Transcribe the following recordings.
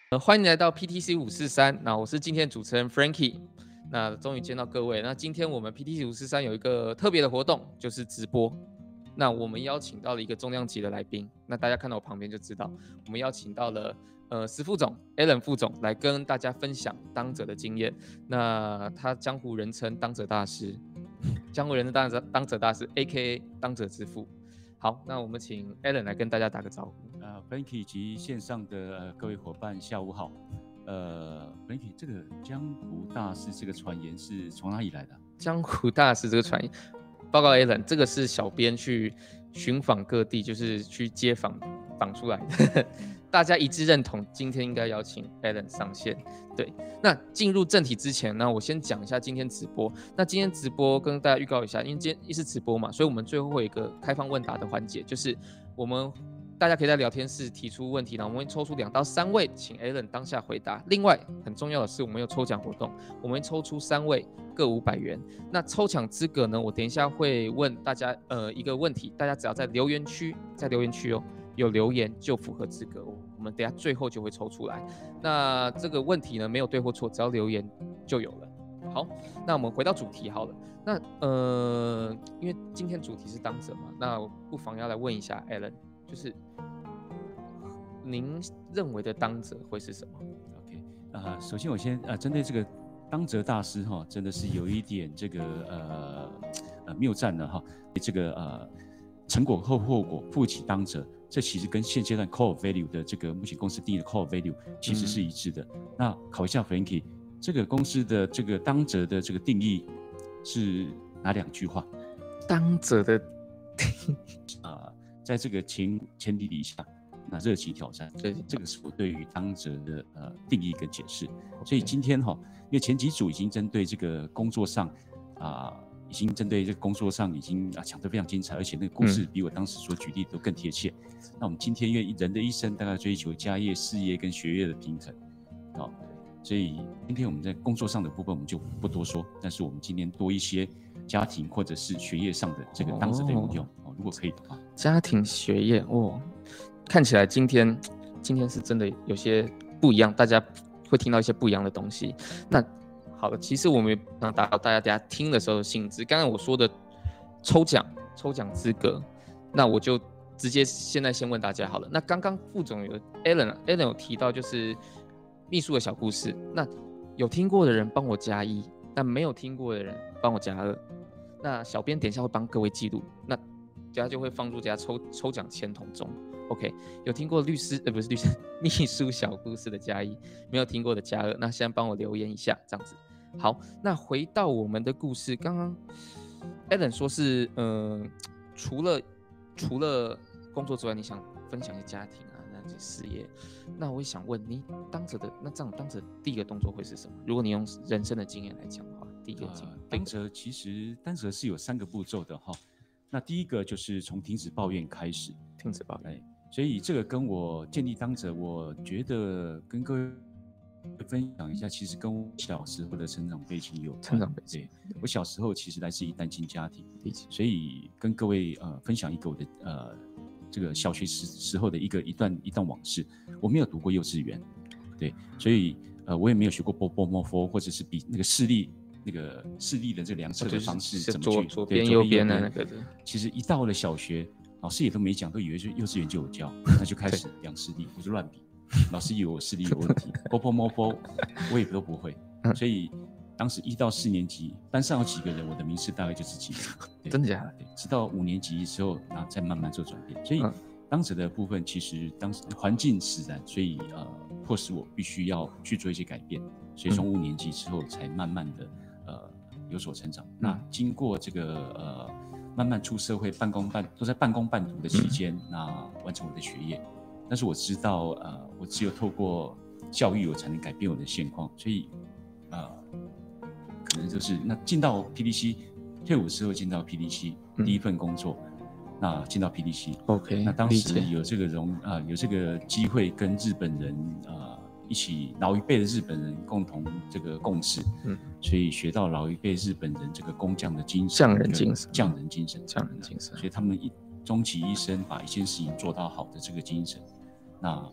欢迎来到 PTC 543，那我是今天的主持人 Frankie。那终于见到各位。那今天我们 PTC 543有一个特别的活动，就是直播。那我们邀请到了一个重量级的来宾，那大家看到我旁边就知道，我们邀请到了石副总 Alan 副总来跟大家分享当者的经验。那他江湖人称当者大师，江湖人称当者大师 ，AKA 当者之父。好，那我们请 Alan 来跟大家打个招呼。 Frankie 及线上的各位伙伴，下午好。Frankie， 这个江湖大师这个传言是从哪里来的？ 江湖大师这个传言，报告 Alan， 这个是小编去寻访各地，就是去街访出来的。大家一致认同，今天应该邀请 Alan 上线。对，那进入正题之前呢，我先讲一下今天直播。那今天直播跟大家预告一下，因为今天是直播嘛，所以我们最后会有一个开放问答的环节，就是大家可以在聊天室提出问题，然后我们会抽出2到3位，请 Alan 当下回答。另外，很重要的是，我们有抽奖活动，我们会抽出3位，各500元。那抽奖资格呢？我等一下会问大家一个问题，大家只要在留言区哦有留言就符合资格，我们等一下最后就会抽出来。那这个问题呢，没有对或错，只要留言就有了。好，那我们回到主题好了。那因为今天主题是当者嘛，那我不妨要来问一下 Alan。就是您认为的当者会是什么 ？OK， 首先我先针对这个当者大师哈，真的是有一点这个谬赞了哈。这个成果后后果负起当者，这其实跟现阶段 core value 的这个目前公司定义的 core value 其实是一致的。那考一下 Frankie， 这个公司的这个当者的这个定义是哪2句话？ 当者的在这个前提底下，那热情挑战，这个是我对于当者的定义跟解释。所以今天因为前几组已经针对这个工作上已经针对这个工作上已经讲得非常精彩，而且那个故事比我当时所举例都更贴切。那我们今天因为人的一生大概追求家业、事业跟学业的平衡，所以今天我们在工作上的部分我们就不多说，但是我们今天多一些家庭或者是学业上的这个当者的运用，如果可以的话。 家庭学业看起来今天是真的有些不一样，大家会听到一些不一样的东西。那好了，其实我们也让达到大家等下听的时候的性质。刚才我说的抽奖资格，那我就直接现在先问大家好了。那刚刚副总有 Alan 有提到就是秘书的小故事，那有听过的人帮我加1，那没有听过的人帮我加2。那小编等一下会帮各位记录，那等下就会放入这家抽奖签筒中。OK， 有听过不是律师秘书小故事的加1，没有听过的加2。那现在帮我留言一下，这样子。好，那回到我们的故事，刚刚 Alan 说是除了工作之外，你想分享一些家庭那些事业。那我也想问你，当者的那这样当者第一个动作会是什么？如果你用人生的经验来讲的话，第一个当者其实当者是有3个步骤的哈。那第一个就是从停止抱怨开始， 停止抱怨。 所以这个跟我建立当者，我觉得跟各位分享一下，其实跟我小时候的成长背景有关。 成长背景， 对，我小时候其实来自于单亲家庭，所以跟各位分享一个我的这个小学时候的一段往事。我没有读过幼稚园，对，所以我也没有学过波波摸佛，或者是比那个视力的这量测的方式怎么去左边右边的那个的。 其实一到了小学，老师也都没讲，都以为幼稚园就有教，那就开始量视力，我就乱比。老师以为我视力有问题，波波摸佛我也都不会，所以当时1到4年级，班上有几个人，我的名次大概就是几人。 真的假的？ 对，直到5年级的时候，然后再慢慢做转变。所以当时的部分，其实当时环境使然，所以迫使我必须要去做一些改变。所以从5年级之后，才慢慢的有所成长。那经过这个慢慢出社会，都在半工半读的期间，那完成我的学业。但是我知道，我只有透过教育，我才能改变我的现况。所以，可能就是那进到 PTC， 退伍之后进到 PTC，第一份工作，那进到 PTC。OK， 那当时有这个机会跟日本人一起老一辈的日本人共同这个共事，所以学到老一辈日本人这个工匠的精神，匠人精神，所以他们终其一生把一件事情做到好的这个精神。那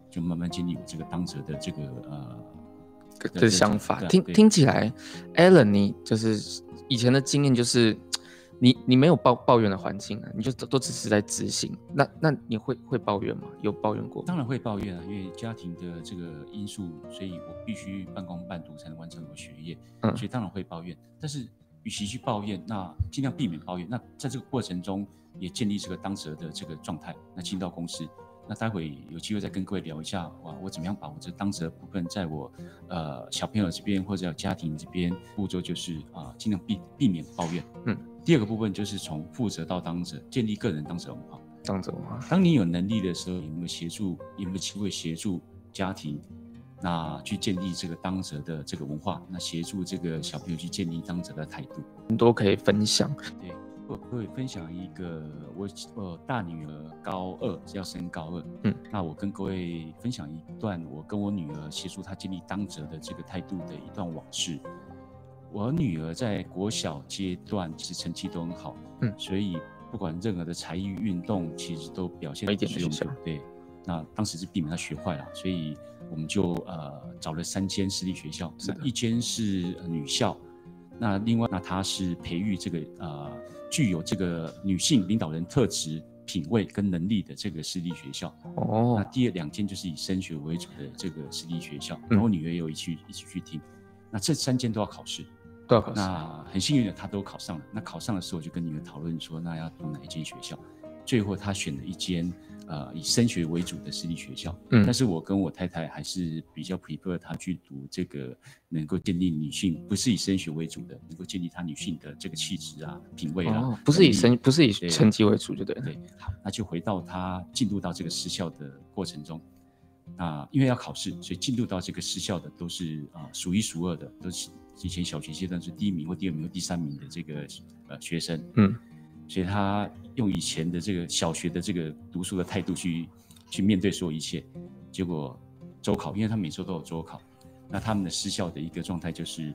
就慢慢建立我这个当责的这个的想法。听起来 Alan 你就是以前的经验就是你没有抱怨的环境啊，你就都只是在执行。那你会抱怨吗？有抱怨过？ 当然会抱怨啊，因为家庭的这个因素，所以我必须半工半读才能完成我的学业，所以当然会抱怨。但是与其去抱怨，那尽量避免抱怨。那在这个过程中也建立这个当责的这个状态。那进到公司，那待会有机会再跟各位聊一下，我怎么样把我这当责的部分，在我小朋友这边或者家庭这边步骤就是尽量避免抱怨。第二个部分就是从负责到当责，建立个人当责文化。当你有能力的时候，有没有机会协助家庭，那去建立这个当责的这个文化，那协助这个小朋友去建立当责的态度， 很多可以分享。 对，我会分享一个我大女儿高2要升高2，那我跟各位分享一段我跟我女儿协助她建立当责的这个态度的一段往事。我女儿在国小阶段其实成绩都很好，所以不管任何的才艺运动，其实都表现得实用的。对，那当时是避免她学坏了，所以我们就找了3间私立学校，一间是女校，那另外那她是培育这个具有这个女性领导人特质、品味跟能力的这个私立学校。那第2间就是以升学为主的这个私立学校，然后女儿也有一起去听。那这3间都要考试。那很幸运的，他都考上了。那考上的时候，我就跟女儿讨论说，那要读哪一间学校？最后他选了一间以升学为主的私立学校。但是我跟我太太还是比较 prefer 他去读这个能够建立女性，不是以升学为主的，能够建立她女性的这个气质啊、品味啊， 不是以成绩为主，就对了。 对，好，那就回到他进入到这个私校的过程中。那因为要考试，所以进入到这个私校的都是数1数2的，都是以前小学阶段是第1名或第2名或第3名的这个学生。所以他用以前的这个小学的这个读书的态度去面对所有一切。结果周考，因为他每周都有周考，那他们的私校的一个状态就是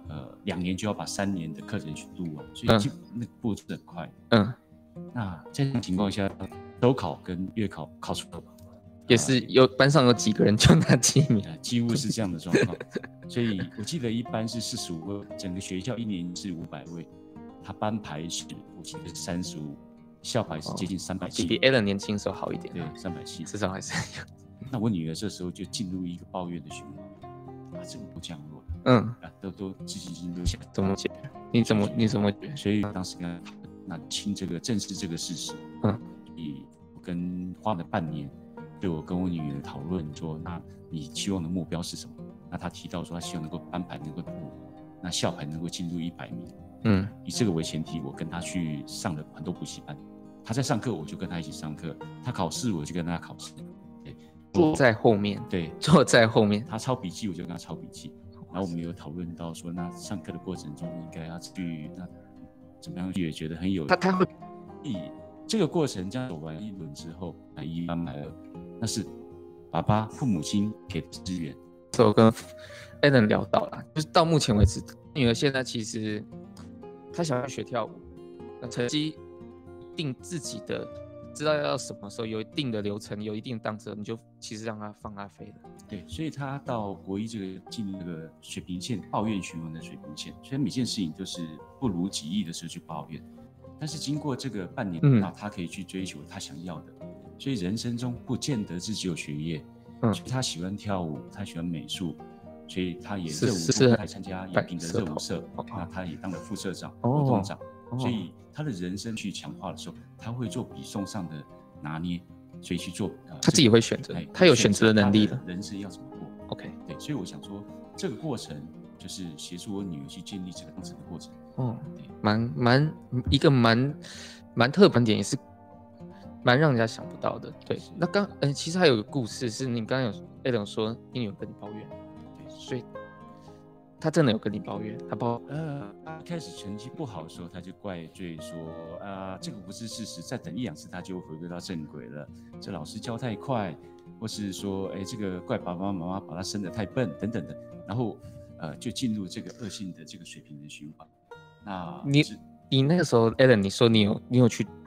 2年就要把3年的课程去读完，所以那个步骤很快。那在这种情况下，周考跟月考考出了。 也是班上有几个人就拿几名， 几乎是这样的状况。所以我记得一班是45位，整个学校1年是500位，他班排是我记得35，校排是接近370， 比 Alan 年轻的时候好一点。 对，370， 至少还是一样。 那我女儿这时候就进入一个抱怨的循环，这个不降落了，都自己已经留下。 怎么解决？你怎么解决？ 所以当时跟他那清这个正视这个事实，我跟花了半年。就我跟我女儿讨论说，那你期望的目标是什么？那她提到说，她希望能够班排能够读，那校排能够进入100名。以这个为前提，我跟她去上了很多补习班。她在上课，我就跟她一起上课；她考试，我就跟她考试。对， 坐在后面。 对， 坐在后面。 她抄笔记，我就跟她抄笔记。然后我们有讨论到说，那上课的过程中应该要去那怎么样，也觉得很有他会这个过程这样走完1轮之后，一班买2。那是爸爸父母亲给的资源。 我跟 Alan 聊到了，就是到目前为止，女儿现在其实她想要学跳舞，那成绩一定自己的知道要什么时候，有一定的流程，有一定的当责，你就其实让她放她飞了。 对，所以她到国1这个进入这个水平线，抱怨循环的水平线，所以每件事情都是不如己意的时候去抱怨，但是经过这个半年，那她可以去追求她想要的。所以人生中不见得只有学业，所以他喜欢跳舞，他喜欢美术，所以他也热舞社，还参加延平的热舞社，那他也当了副社长、活动长，所以他的人生去强化的时候，他会做比重上的拿捏，所以去做他自己会选择，他有选择的能力的。 人生要怎么过 ？OK， 对，所以我想说，这个过程就是协助我女儿去建立这个当时的过程。 一个蛮特别点，也是。蛮让人家想不到的，对。那其实还有个故事，是你刚刚有 Alan 说你女儿跟你抱怨，对，所以他真的有跟你抱怨，他一开始成绩不好的时候，他就怪罪说这个不是事实，再等1、2次他就回归到正轨了。这老师教太快，或是说这个怪爸爸妈妈把他生得太笨等等的，然后就进入这个恶性的这个水平的循环。那你那个时候 Alan 你说你有去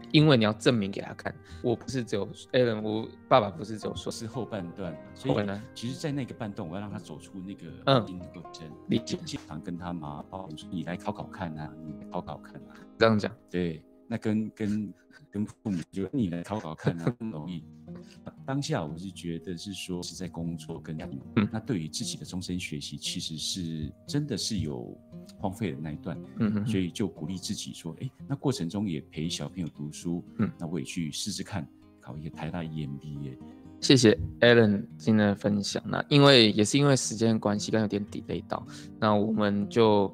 因为你要证明给他看，我不是只有 Alan， 我爸爸不是只有说是后半段，所以其实，在那个半段，我要让他走出那个心的过程， 理解， 经常跟他妈说你来考考看啊，你来考考看啊， 这样讲， 对，那跟父母就你来考考看啊，不容易。当下我是觉得是说是在工作跟家庭，那对于自己的终身学习，其实是真的是有荒废的那一段，所以就鼓励自己说，那过程中也陪小朋友读书，那我也去试试看考一个台大 EMBA。 谢谢 Alan 今天的分享。那也是因为时间关系，刚有点 delay 到，那我们就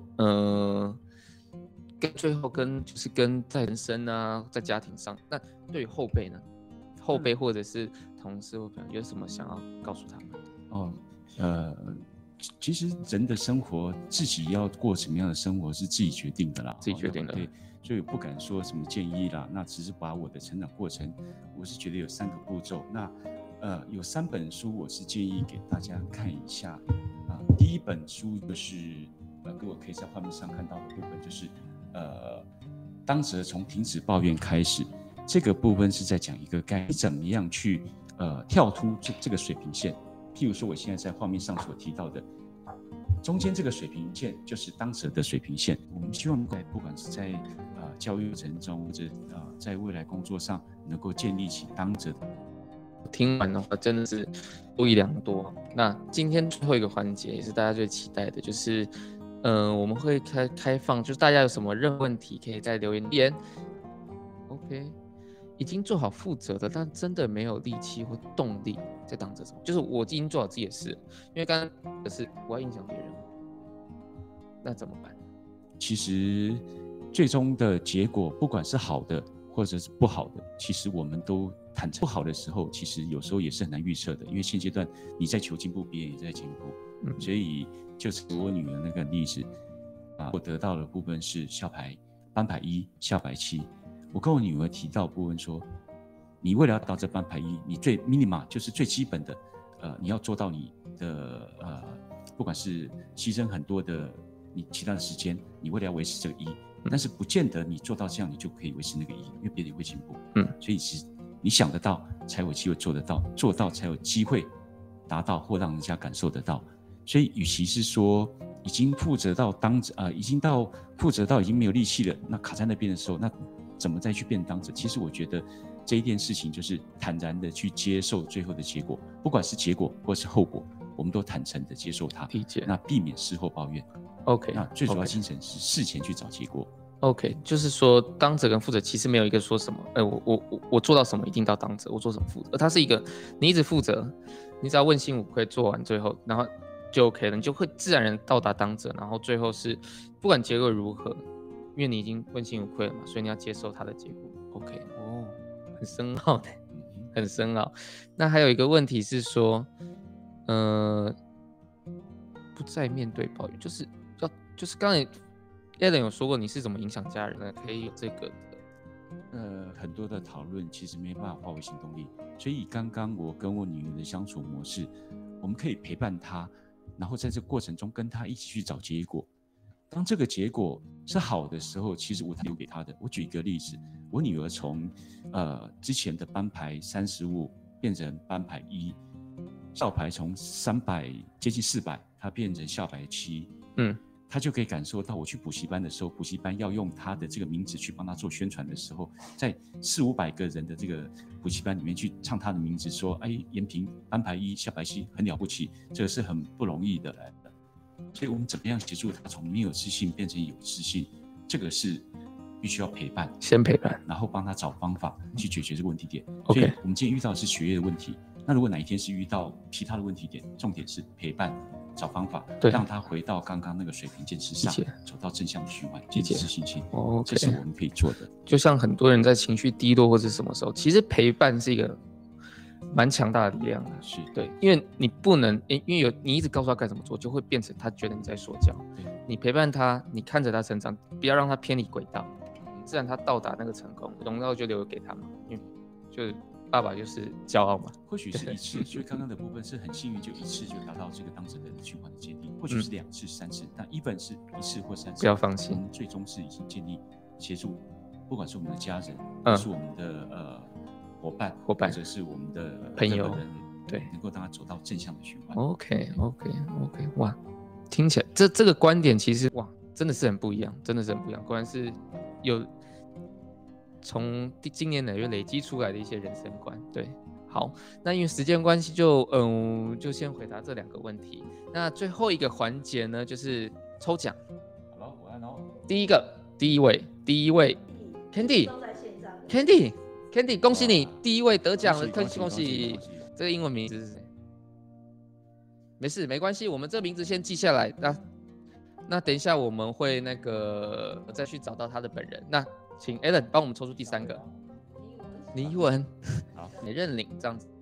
最后就是跟在人生啊，在家庭上，那对于后辈呢？后辈或者是同事或朋友有什么想要告诉他们？ 其实人的生活自己要过什么样的生活是自己决定的啦， 自己决定的。 对，所以不敢说什么建议啦，那只是把我的成长过程，我是觉得有3个步骤。那有3本书，我是建议给大家看一下。第一本书就是各位可以在画面上看到的部分，就是当责从停止抱怨开始。这个部分是在讲一个该怎么样去跳出这个水平线。譬如说我现在在画面上所提到的中间这个水平线就是当责的水平线。我们希望不管是在教育过程中或者在未来工作上能够建立起当责。 听完的话真的是受益良多。那今天最后一个环节也是大家最期待的，就是我们会开放，就是大家有什么任何问题可以在留言。OK， 已经做好负责的，但真的没有力气或动力在当责什么，就是我已经做好自己的事，因为刚刚的是我要影响别人，那怎么办？ 其实最终的结果，不管是好的或者是不好的，其实我们都坦诚。不好的时候，其实有时候也是很难预测的，因为现阶段你在求进步，别人也在进步，所以就是我女儿那个例子我得到的部分是校排班排1，校排7。我跟我女儿提到部分说，你为了要到这班排1，你最 minima 就是最基本的，你要做到你的不管是牺牲很多的你其他的时间，你为了要维持这个1，但是不见得你做到这样，你就可以维持那个1，因为别人会进步。所以其实你想得到，才有机会做得到，做到才有机会达到或让人家感受得到。所以，与其是说已经负责到负责到已经没有力气了，那卡在那边的时候，那怎么再去变当责？其实我觉得这一件事情就是坦然的去接受最后的结果，不管是结果或是后果，我们都坦诚的接受它， 理解。 那避免事后抱怨。 OK， 那最主要精神是事前去找结果。 OK， 就是说当责跟负责其实没有一个说什么，我做到什么一定到当责，我做什么负责，而它是一个你一直负责，你只要问心无愧做完最后，然后就 OK 了，你就会自然到达当责，然后最后是不管结果如何，因为你已经问心无愧了嘛，所以你要接受它的结果。OK， 很深奥的，很深奥。那还有一个问题是说，不再面对抱怨，就是刚才 Alan 有说过你是怎么影响家人的，可以有这个的。 很多的讨论其实没办法化为行动力，所以刚刚我跟我女儿的相处模式，我们可以陪伴她，然后在这个过程中跟她一起去找结果。当这个结果是好的时候，其实我留给她的。我举一个例子，我女儿从之前的班排35变成班排1，校排从300接近400，她变成校排7。他就可以感受到，我去补习班的时候，补习班要用他的这个名字去帮他做宣传的时候，在400-500个人的这个补习班里面去唱他的名字，说：“哎，延平班排1，校排7很了不起，这个是很不容易的。”所以我们怎么样协助他从没有自信变成有自信？这个是必须要陪伴， 先陪伴， 然后帮他找方法去解决这个问题点。 所以我们今天遇到的是学业的问题，那如果哪一天是遇到其他的问题点，重点是陪伴。找方法，让他回到刚刚那个水平建设上，走到正向的循环，建立自信心。这是我们可以做的。 就像很多人在情绪低落或者什么时候，其实陪伴是一个蛮强大的力量的。 是对， 因为你不能，因为你一直告诉他该怎么做，就会变成他觉得你在说教。你陪伴他，你看着他成长，不要让他偏离轨道，自然他到达那个成功，荣耀就留给他嘛。因为就是爸爸就是骄傲嘛， 或许是1次，所以刚刚的部分是很幸运，就1次就达到这个当责人循环的建立，或许是2次、3次，但1本是1次或3次， 不要放弃。 我们最终是已经建立协助不管是我们的家人，还是我们的伙伴，或者是我们的朋友， 对，能够让他走到正向的循环。 OK， 哇，听起来这个观点其实哇，真的是很不一样，真的是很不一样，果然是有从今年累月累积出来的一些人生观。对，好，那因为时間關係就先回答这2個問題。那最後一個環節呢，就是抽獎。 好，我按哦。 第一位 Candy， 恭喜你第一位得獎了，恭喜！这个英文名字是谁？没事，没关系，我们这名字先记下来。那等一下我们会再去找到他的本人。那请 Alan 帮我们抽出第3个。倪文，好，你认领这样子。